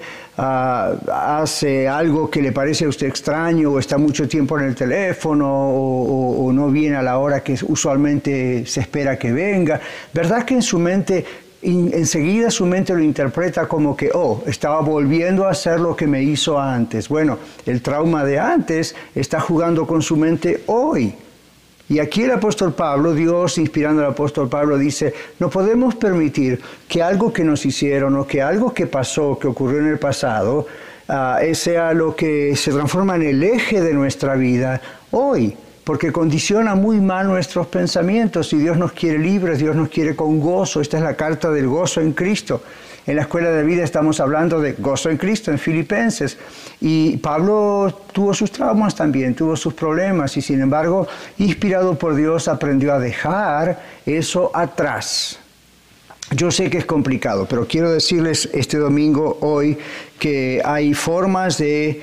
hace algo que le parece a usted extraño, o está mucho tiempo en el teléfono, o no viene a la hora que usualmente se espera que venga. ¿Verdad que en su mente enseguida su mente lo interpreta como que, estaba volviendo a hacer lo que me hizo antes. Bueno, el trauma de antes está jugando con su mente hoy. Y aquí el apóstol Pablo, Dios inspirando al apóstol Pablo, dice, no podemos permitir que algo que nos hicieron o que algo que pasó, que ocurrió en el pasado, sea lo que se transforma en el eje de nuestra vida hoy, porque condiciona muy mal nuestros pensamientos. Y Dios nos quiere libres, Dios nos quiere con gozo. Esta es la carta del gozo en Cristo. En la escuela de vida estamos hablando de gozo en Cristo, en Filipenses. Y Pablo tuvo sus traumas también, tuvo sus problemas, y sin embargo, inspirado por Dios, aprendió a dejar eso atrás. Yo sé que es complicado, pero quiero decirles este domingo, hoy, que hay formas de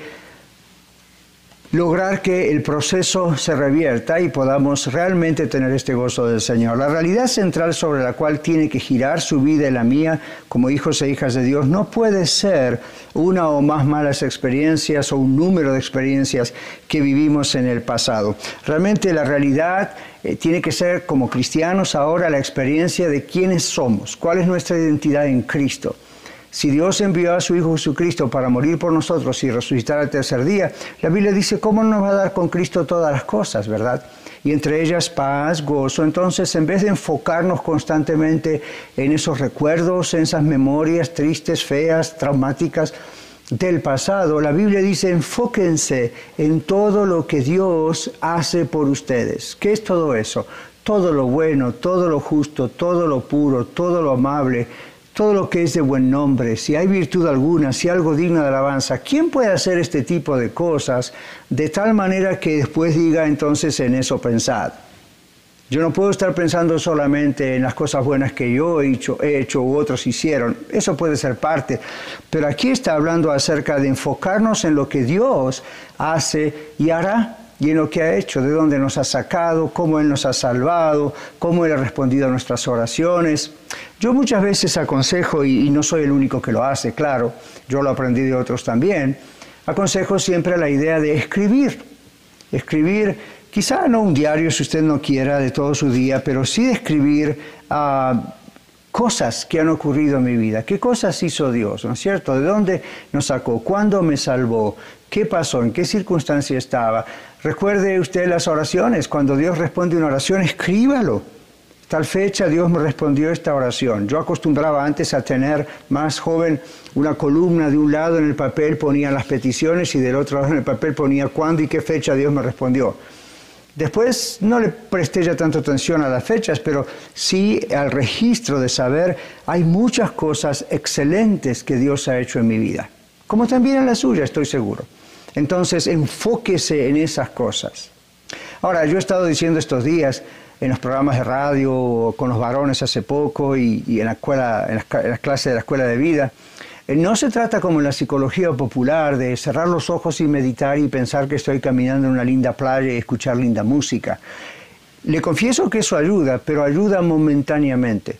lograr que el proceso se revierta y podamos realmente tener este gozo del Señor. La realidad central sobre la cual tiene que girar su vida y la mía como hijos e hijas de Dios no puede ser una o más malas experiencias o un número de experiencias que vivimos en el pasado. Realmente la realidad tiene que ser, como cristianos ahora, la experiencia de quiénes somos, cuál es nuestra identidad en Cristo. Si Dios envió a su Hijo Jesucristo para morir por nosotros y resucitar al tercer día, la Biblia dice, ¿cómo nos va a dar con Cristo todas las cosas, verdad? Y entre ellas paz, gozo. Entonces, en vez de enfocarnos constantemente en esos recuerdos, en esas memorias tristes, feas, traumáticas del pasado, la Biblia dice, enfóquense en todo lo que Dios hace por ustedes. ¿Qué es todo eso? Todo lo bueno, todo lo justo, todo lo puro, todo lo amable, todo lo que es de buen nombre, si hay virtud alguna, si algo digno de alabanza. ¿Quién puede hacer este tipo de cosas de tal manera que después diga entonces en eso pensad? Yo no puedo estar pensando solamente en las cosas buenas que yo he hecho u otros hicieron. Eso puede ser parte. Pero aquí está hablando acerca de enfocarnos en lo que Dios hace y hará, y en lo que ha hecho, de dónde nos ha sacado, cómo Él nos ha salvado, cómo Él ha respondido a nuestras oraciones. Yo muchas veces aconsejo, y no soy el único que lo hace, claro, yo lo aprendí de otros también, aconsejo siempre la idea de escribir. Escribir, quizá no un diario si usted no quiera de todo su día, pero sí de escribir cosas que han ocurrido en mi vida. ¿Qué cosas hizo Dios? ¿No es cierto? ¿De dónde nos sacó? ¿Cuándo me salvó? ¿Qué pasó? ¿En qué circunstancia estaba? Recuerde usted las oraciones. Cuando Dios responde una oración, escríbalo. Tal fecha Dios me respondió esta oración. Yo acostumbraba antes a tener, más joven, una columna de un lado en el papel ponía las peticiones y del otro lado en el papel ponía cuándo y qué fecha Dios me respondió. Después no le presté ya tanto atención a las fechas, pero sí al registro de saber hay muchas cosas excelentes que Dios ha hecho en mi vida, como también en la suya, estoy seguro. Entonces, enfóquese en esas cosas. Ahora, yo he estado diciendo estos días en los programas de radio, con los varones hace poco y en la escuela, en las clases de la escuela de vida, no se trata como en la psicología popular de cerrar los ojos y meditar y pensar que estoy caminando en una linda playa y escuchar linda música. Le confieso que eso ayuda, pero ayuda momentáneamente.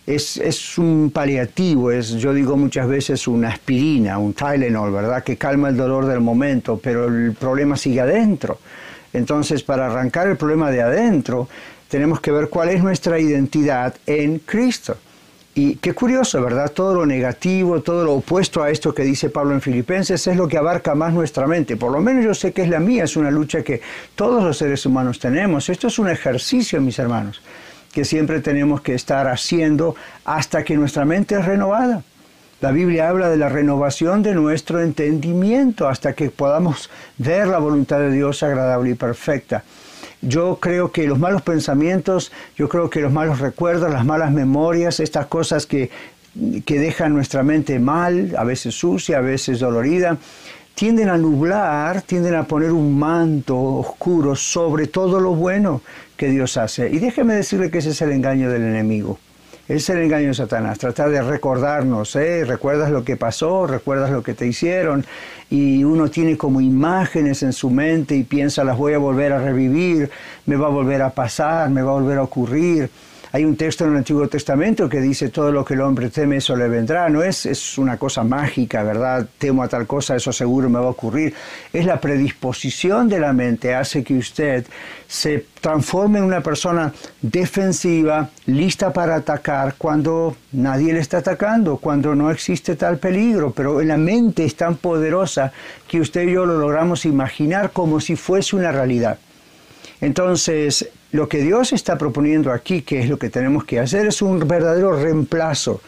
Es un paliativo, yo digo muchas veces una aspirina, un Tylenol, ¿verdad? Que calma el dolor del momento, pero el problema sigue adentro. Entonces, para arrancar el problema de adentro, tenemos que ver cuál es nuestra identidad en Cristo. Y qué curioso, ¿verdad? Todo lo negativo, todo lo opuesto a esto que dice Pablo en Filipenses es lo que abarca más nuestra mente. Por lo menos yo sé que es la mía, es una lucha que todos los seres humanos tenemos. Esto es un ejercicio, mis hermanos, que siempre tenemos que estar haciendo hasta que nuestra mente es renovada. La Biblia habla de la renovación de nuestro entendimiento hasta que podamos ver la voluntad de Dios agradable y perfecta. Yo creo que los malos pensamientos, yo creo que los malos recuerdos, las malas memorias, estas cosas que dejan nuestra mente mal, a veces sucia, a veces dolorida, tienden a nublar, tienden a poner un manto oscuro sobre todo lo bueno que Dios hace. Y déjeme decirle que ese es el engaño del enemigo. Ese es el engaño de Satanás, tratar de recordarnos, recuerdas lo que pasó, recuerdas lo que te hicieron, y uno tiene como imágenes en su mente y piensa, las voy a volver a revivir, me va a volver a pasar, me va a volver a ocurrir. Hay un texto en el Antiguo Testamento que dice todo lo que el hombre teme, eso le vendrá. No es una cosa mágica, ¿verdad? Temo a tal cosa, eso seguro me va a ocurrir. Es la predisposición de la mente, hace que usted se transforme en una persona defensiva, lista para atacar cuando nadie le está atacando, cuando no existe tal peligro. Pero en la mente es tan poderosa que usted y yo lo logramos imaginar como si fuese una realidad. Entonces, lo que Dios está proponiendo aquí, que es lo que tenemos que hacer, es un verdadero reemplazo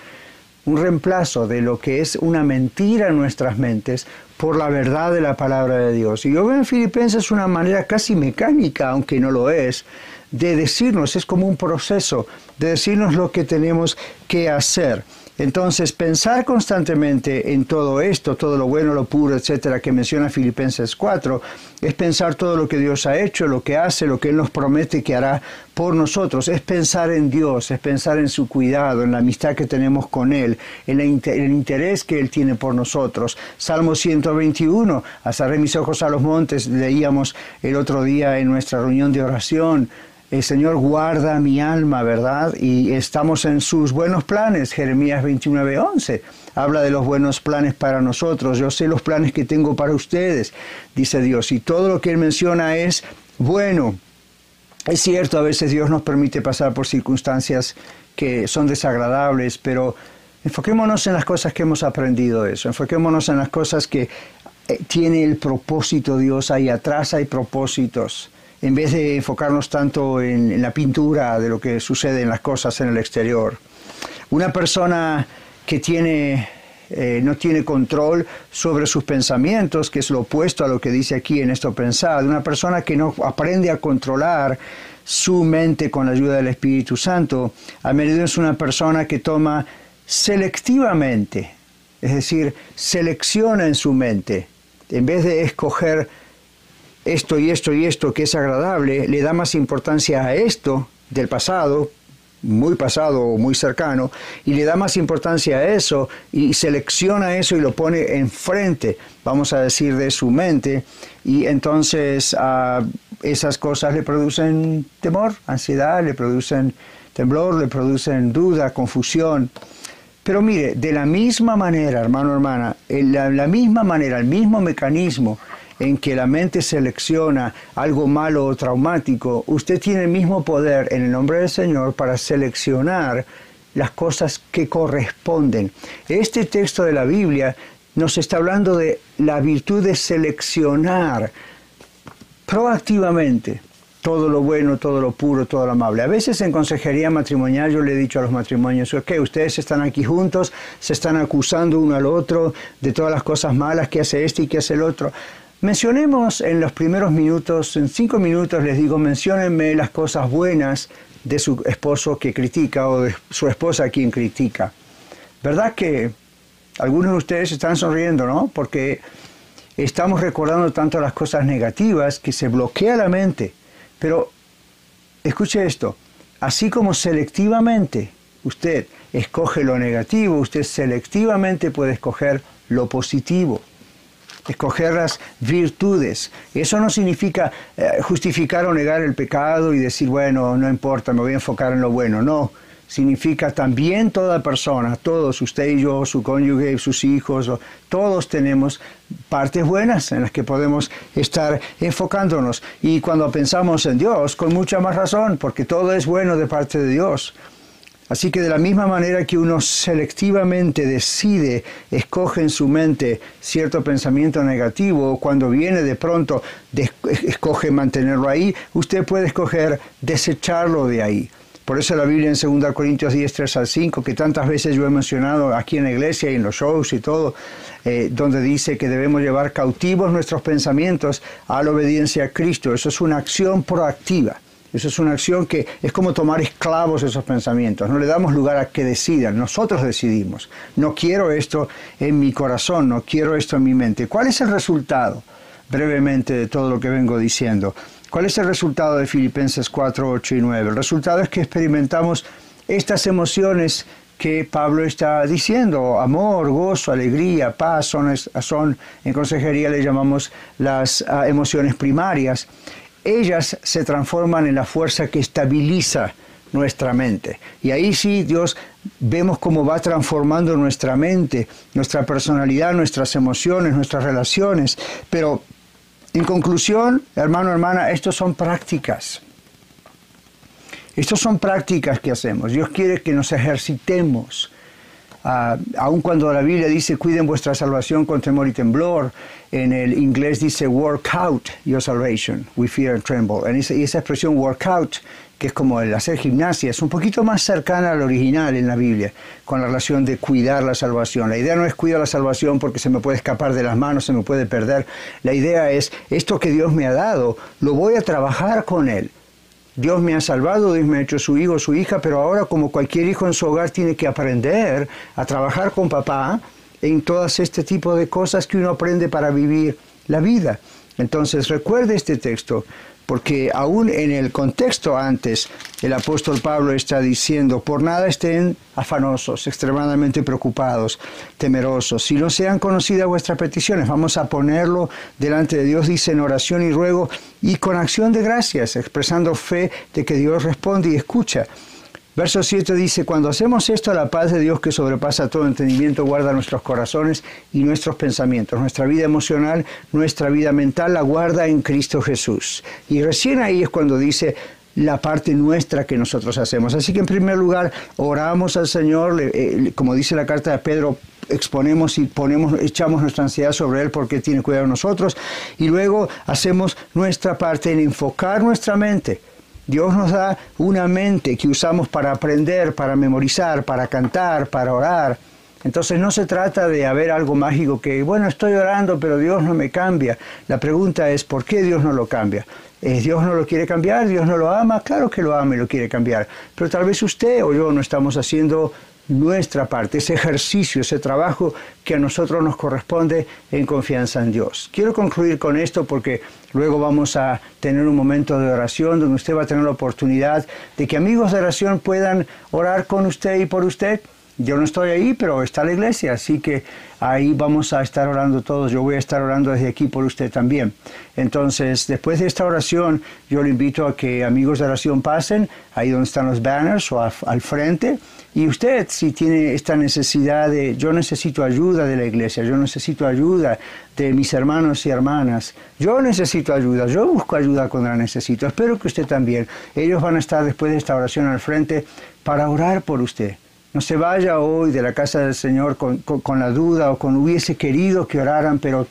de lo que es una mentira en nuestras mentes por la verdad de la palabra de Dios. Y yo veo en Filipenses una manera casi mecánica, aunque no lo es, de decirnos, es como un proceso, de decirnos lo que tenemos que hacer. Entonces, pensar constantemente en todo esto, todo lo bueno, lo puro, etcétera, que menciona Filipenses 4, es pensar todo lo que Dios ha hecho, lo que hace, lo que Él nos promete que hará por nosotros. Es pensar en Dios, es pensar en su cuidado, en la amistad que tenemos con Él, en el interés que Él tiene por nosotros. Salmo 121, alzaré mis ojos a los montes, leíamos el otro día en nuestra reunión de oración. El Señor guarda mi alma, ¿verdad? Y estamos en sus buenos planes. Jeremías 29:11 habla de los buenos planes para nosotros. Yo sé los planes que tengo para ustedes, dice Dios. Y todo lo que Él menciona es bueno. Es cierto, a veces Dios nos permite pasar por circunstancias que son desagradables, pero enfoquémonos en las cosas que hemos aprendido de eso. Enfoquémonos en las cosas que tiene el propósito Dios. Ahí atrás hay propósitos. En vez de enfocarnos tanto en la pintura de lo que sucede en las cosas en el exterior. Una persona que no tiene control sobre sus pensamientos, que es lo opuesto a lo que dice aquí en esto pensado, una persona que no aprende a controlar su mente con la ayuda del Espíritu Santo, a menudo es una persona que toma selectivamente, es decir, selecciona en su mente, en vez de escoger esto y esto y esto que es agradable, le da más importancia a esto del pasado o muy cercano, y le da más importancia a eso y selecciona eso y lo pone enfrente, vamos a decir, de su mente, y entonces esas cosas le producen temor, ansiedad, le producen temblor, le producen duda, confusión. Pero mire, de la misma manera, hermano, hermana, la misma manera, el mismo mecanismo en que la mente selecciona algo malo o traumático, usted tiene el mismo poder en el nombre del Señor para seleccionar las cosas que corresponden. Este texto de la Biblia nos está hablando de la virtud de seleccionar proactivamente todo lo bueno, todo lo puro, todo lo amable. A veces en consejería matrimonial yo le he dicho a los matrimonios, ok, ustedes están aquí juntos, se están acusando uno al otro de todas las cosas malas que hace este y que hace el otro. Mencionemos en los primeros minutos, en 5 minutos les digo, menciónenme las cosas buenas de su esposo que critica o de su esposa quien critica. ¿Verdad que algunos de ustedes están sonriendo, no? Porque estamos recordando tanto las cosas negativas que se bloquea la mente. Pero escuche esto, así como selectivamente usted escoge lo negativo, usted selectivamente puede escoger lo positivo. Escoger las virtudes. Eso no significa justificar o negar el pecado y decir, bueno, no importa, me voy a enfocar en lo bueno. No, significa también toda persona, todos, usted y yo, su cónyuge, sus hijos, todos tenemos partes buenas en las que podemos estar enfocándonos. Y cuando pensamos en Dios, con mucha más razón, porque todo es bueno de parte de Dios. Así que de la misma manera que uno selectivamente decide, escoge en su mente cierto pensamiento negativo, cuando viene de pronto, escoge mantenerlo ahí, usted puede escoger desecharlo de ahí. Por eso la Biblia en 2 Corintios 10, 3 al 5, que tantas veces yo he mencionado aquí en la iglesia y en los shows y todo, donde dice que debemos llevar cautivos nuestros pensamientos a la obediencia a Cristo. Eso es una acción proactiva. Eso es una acción que es como tomar esclavos esos pensamientos. No le damos lugar a que decidan. Nosotros decidimos. No quiero esto en mi corazón, no quiero esto en mi mente. ¿Cuál es el resultado, brevemente, de todo lo que vengo diciendo? ¿Cuál es el resultado de Filipenses 4, 8 y 9? El resultado es que experimentamos estas emociones que Pablo está diciendo: amor, gozo, alegría, paz, son en consejería le llamamos las emociones primarias. Ellas se transforman en la fuerza que estabiliza nuestra mente. Y ahí sí, Dios, vemos cómo va transformando nuestra mente, nuestra personalidad, nuestras emociones, nuestras relaciones. Pero, en conclusión, hermano, hermana, estos son prácticas. Estos son prácticas que hacemos. Dios quiere que nos ejercitemos. Aun cuando la Biblia dice, cuiden vuestra salvación con temor y temblor, en el inglés dice, work out your salvation with fear and tremble. Y esa expresión work out, que es como el hacer gimnasia, es un poquito más cercana al original en la Biblia, con la relación de cuidar la salvación. La idea no es cuidar la salvación porque se me puede escapar de las manos, se me puede perder. La idea es, esto que Dios me ha dado, lo voy a trabajar con Él. Dios me ha salvado, Dios me ha hecho su hijo, su hija, pero ahora como cualquier hijo en su hogar tiene que aprender a trabajar con papá en todas este tipo de cosas que uno aprende para vivir la vida. Entonces recuerde este texto, porque aún en el contexto antes, el apóstol Pablo está diciendo, por nada estén afanosos, extremadamente preocupados, temerosos, si no sean conocidas vuestras peticiones. Vamos a ponerlo delante de Dios, dice, en oración y ruego, y con acción de gracias, expresando fe de que Dios responde y escucha. Verso 7 dice, cuando hacemos esto, la paz de Dios que sobrepasa todo entendimiento guarda nuestros corazones y nuestros pensamientos. Nuestra vida emocional, nuestra vida mental la guarda en Cristo Jesús. Y recién ahí es cuando dice la parte nuestra que nosotros hacemos. Así que en primer lugar, oramos al Señor, como dice la carta de Pedro, exponemos y echamos nuestra ansiedad sobre Él porque tiene cuidado de nosotros. Y luego hacemos nuestra parte en enfocar nuestra mente. Dios nos da una mente que usamos para aprender, para memorizar, para cantar, para orar. Entonces no se trata de haber algo mágico que, bueno, estoy orando, pero Dios no me cambia. La pregunta es, ¿por qué Dios no lo cambia? ¿Dios no lo quiere cambiar? ¿Dios no lo ama? Claro que lo ama y lo quiere cambiar. Pero tal vez usted o yo no estamos haciendo nuestra parte, ese ejercicio, ese trabajo que a nosotros nos corresponde en confianza en Dios. Quiero concluir con esto porque luego vamos a tener un momento de oración donde usted va a tener la oportunidad de que amigos de oración puedan orar con usted y por usted. Yo no estoy ahí, pero está la iglesia, así que ahí vamos a estar orando todos. Yo voy a estar orando desde aquí por usted también. Entonces, después de esta oración, yo le invito a que amigos de oración pasen, ahí donde están los banners o al frente. Y usted, si tiene esta necesidad de, yo necesito ayuda de la iglesia, yo necesito ayuda de mis hermanos y hermanas, yo necesito ayuda, yo busco ayuda cuando la necesito. Espero que usted también. Ellos van a estar después de esta oración al frente para orar por usted. No se vaya hoy de la casa del Señor con la duda o con hubiese querido que oraran, pero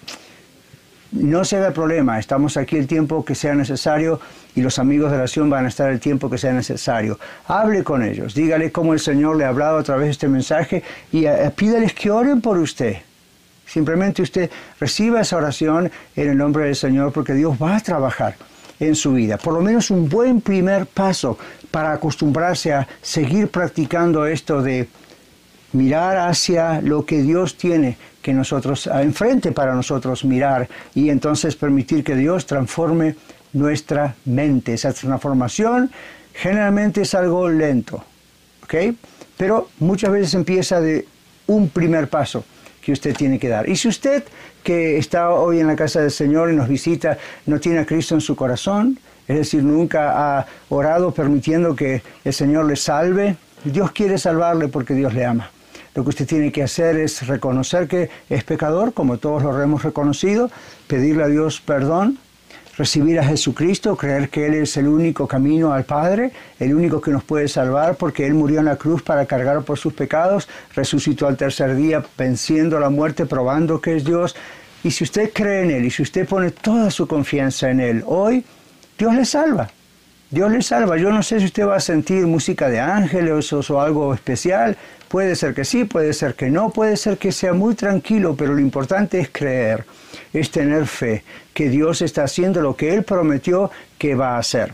no se haga problema. Estamos aquí el tiempo que sea necesario y los amigos de oración van a estar el tiempo que sea necesario. Hable con ellos, dígale cómo el Señor le ha hablado a través de este mensaje y pídales que oren por usted. Simplemente usted reciba esa oración en el nombre del Señor porque Dios va a trabajar en su vida. Por lo menos un buen primer paso para acostumbrarse a seguir practicando esto de mirar hacia lo que Dios tiene que nosotros enfrente para nosotros mirar y entonces permitir que Dios transforme nuestra mente. Esa transformación generalmente es algo lento, ¿ok? Pero muchas veces empieza de un primer paso que usted tiene que dar. Y si usted que está hoy en la casa del Señor y nos visita no tiene a Cristo en su corazón, es decir, nunca ha orado permitiendo que el Señor le salve, Dios quiere salvarle porque Dios le ama. Lo que usted tiene que hacer es reconocer que es pecador, como todos lo hemos reconocido, pedirle a Dios perdón, recibir a Jesucristo, creer que Él es el único camino al Padre, el único que nos puede salvar porque Él murió en la cruz para cargar por sus pecados, resucitó al tercer día venciendo la muerte, probando que es Dios. Y si usted cree en Él y si usted pone toda su confianza en Él, hoy Dios le salva. Dios le salva. Yo no sé si usted va a sentir música de ángeles o algo especial. Puede ser que sí, puede ser que no, puede ser que sea muy tranquilo, pero lo importante es creer, es tener fe, que Dios está haciendo lo que Él prometió que va a hacer.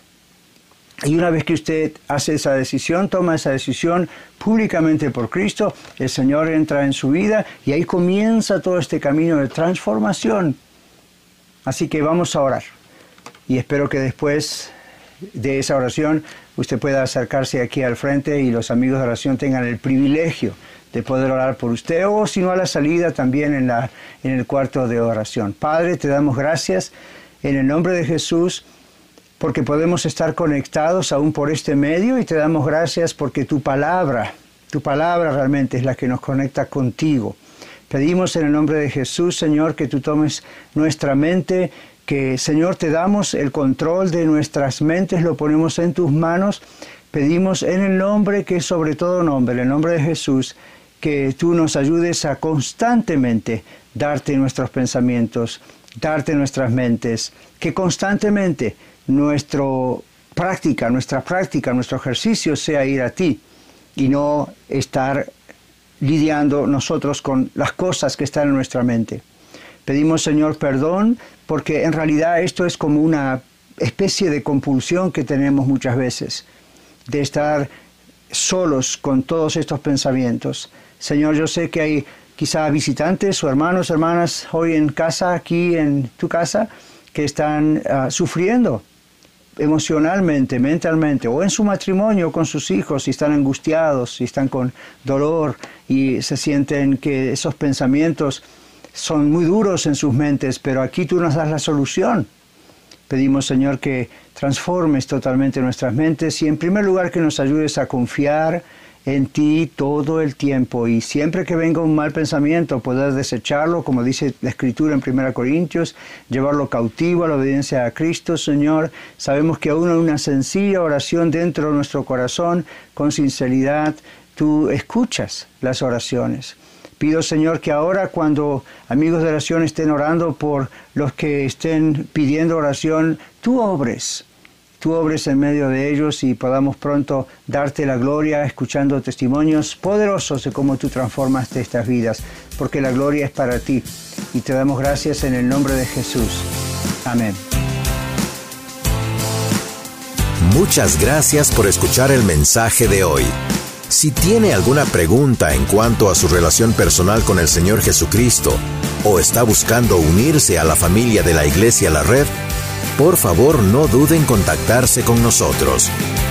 Y una vez que usted hace esa decisión, toma esa decisión públicamente por Cristo, el Señor entra en su vida y ahí comienza todo este camino de transformación. Así que vamos a orar. Y espero que después de esa oración usted pueda acercarse aquí al frente y los amigos de oración tengan el privilegio de poder orar por usted o si no a la salida también en el cuarto de oración. Padre, te damos gracias en el nombre de Jesús porque podemos estar conectados aún por este medio, y te damos gracias porque tu palabra realmente es la que nos conecta contigo. Pedimos en el nombre de Jesús, Señor, que tú tomes nuestra mente, que, Señor, te damos el control de nuestras mentes, lo ponemos en tus manos. Pedimos en el nombre que es sobre todo nombre, en el nombre de Jesús, que tú nos ayudes a constantemente darte nuestros pensamientos, darte nuestras mentes, que constantemente nuestra práctica, nuestro ejercicio sea ir a ti y no estar lidiando nosotros con las cosas que están en nuestra mente. Pedimos, Señor, perdón, porque en realidad esto es como una especie de compulsión que tenemos muchas veces, de estar solos con todos estos pensamientos. Señor, yo sé que hay quizá visitantes o hermanos, hermanas hoy en casa, aquí en tu casa, que están sufriendo emocionalmente, mentalmente, o en su matrimonio con sus hijos, y están angustiados, y están con dolor, y se sienten que esos pensamientos son muy duros en sus mentes, pero aquí tú nos das la solución. Pedimos, Señor, que transformes totalmente nuestras mentes, y en primer lugar que nos ayudes a confiar en ti todo el tiempo, y siempre que venga un mal pensamiento poder desecharlo, como dice la Escritura en 1 Corintios, llevarlo cautivo a la obediencia a Cristo, Señor. Sabemos que aún en una sencilla oración dentro de nuestro corazón, con sinceridad, tú escuchas las oraciones. Pido, Señor, que ahora cuando amigos de oración estén orando por los que estén pidiendo oración, tú obres en medio de ellos, y podamos pronto darte la gloria escuchando testimonios poderosos de cómo tú transformaste estas vidas, porque la gloria es para ti, y te damos gracias en el nombre de Jesús. Amén. Muchas gracias por escuchar el mensaje de hoy. Si tiene alguna pregunta en cuanto a su relación personal con el Señor Jesucristo, o está buscando unirse a la familia de la Iglesia La Red, por favor no duden en contactarse con nosotros.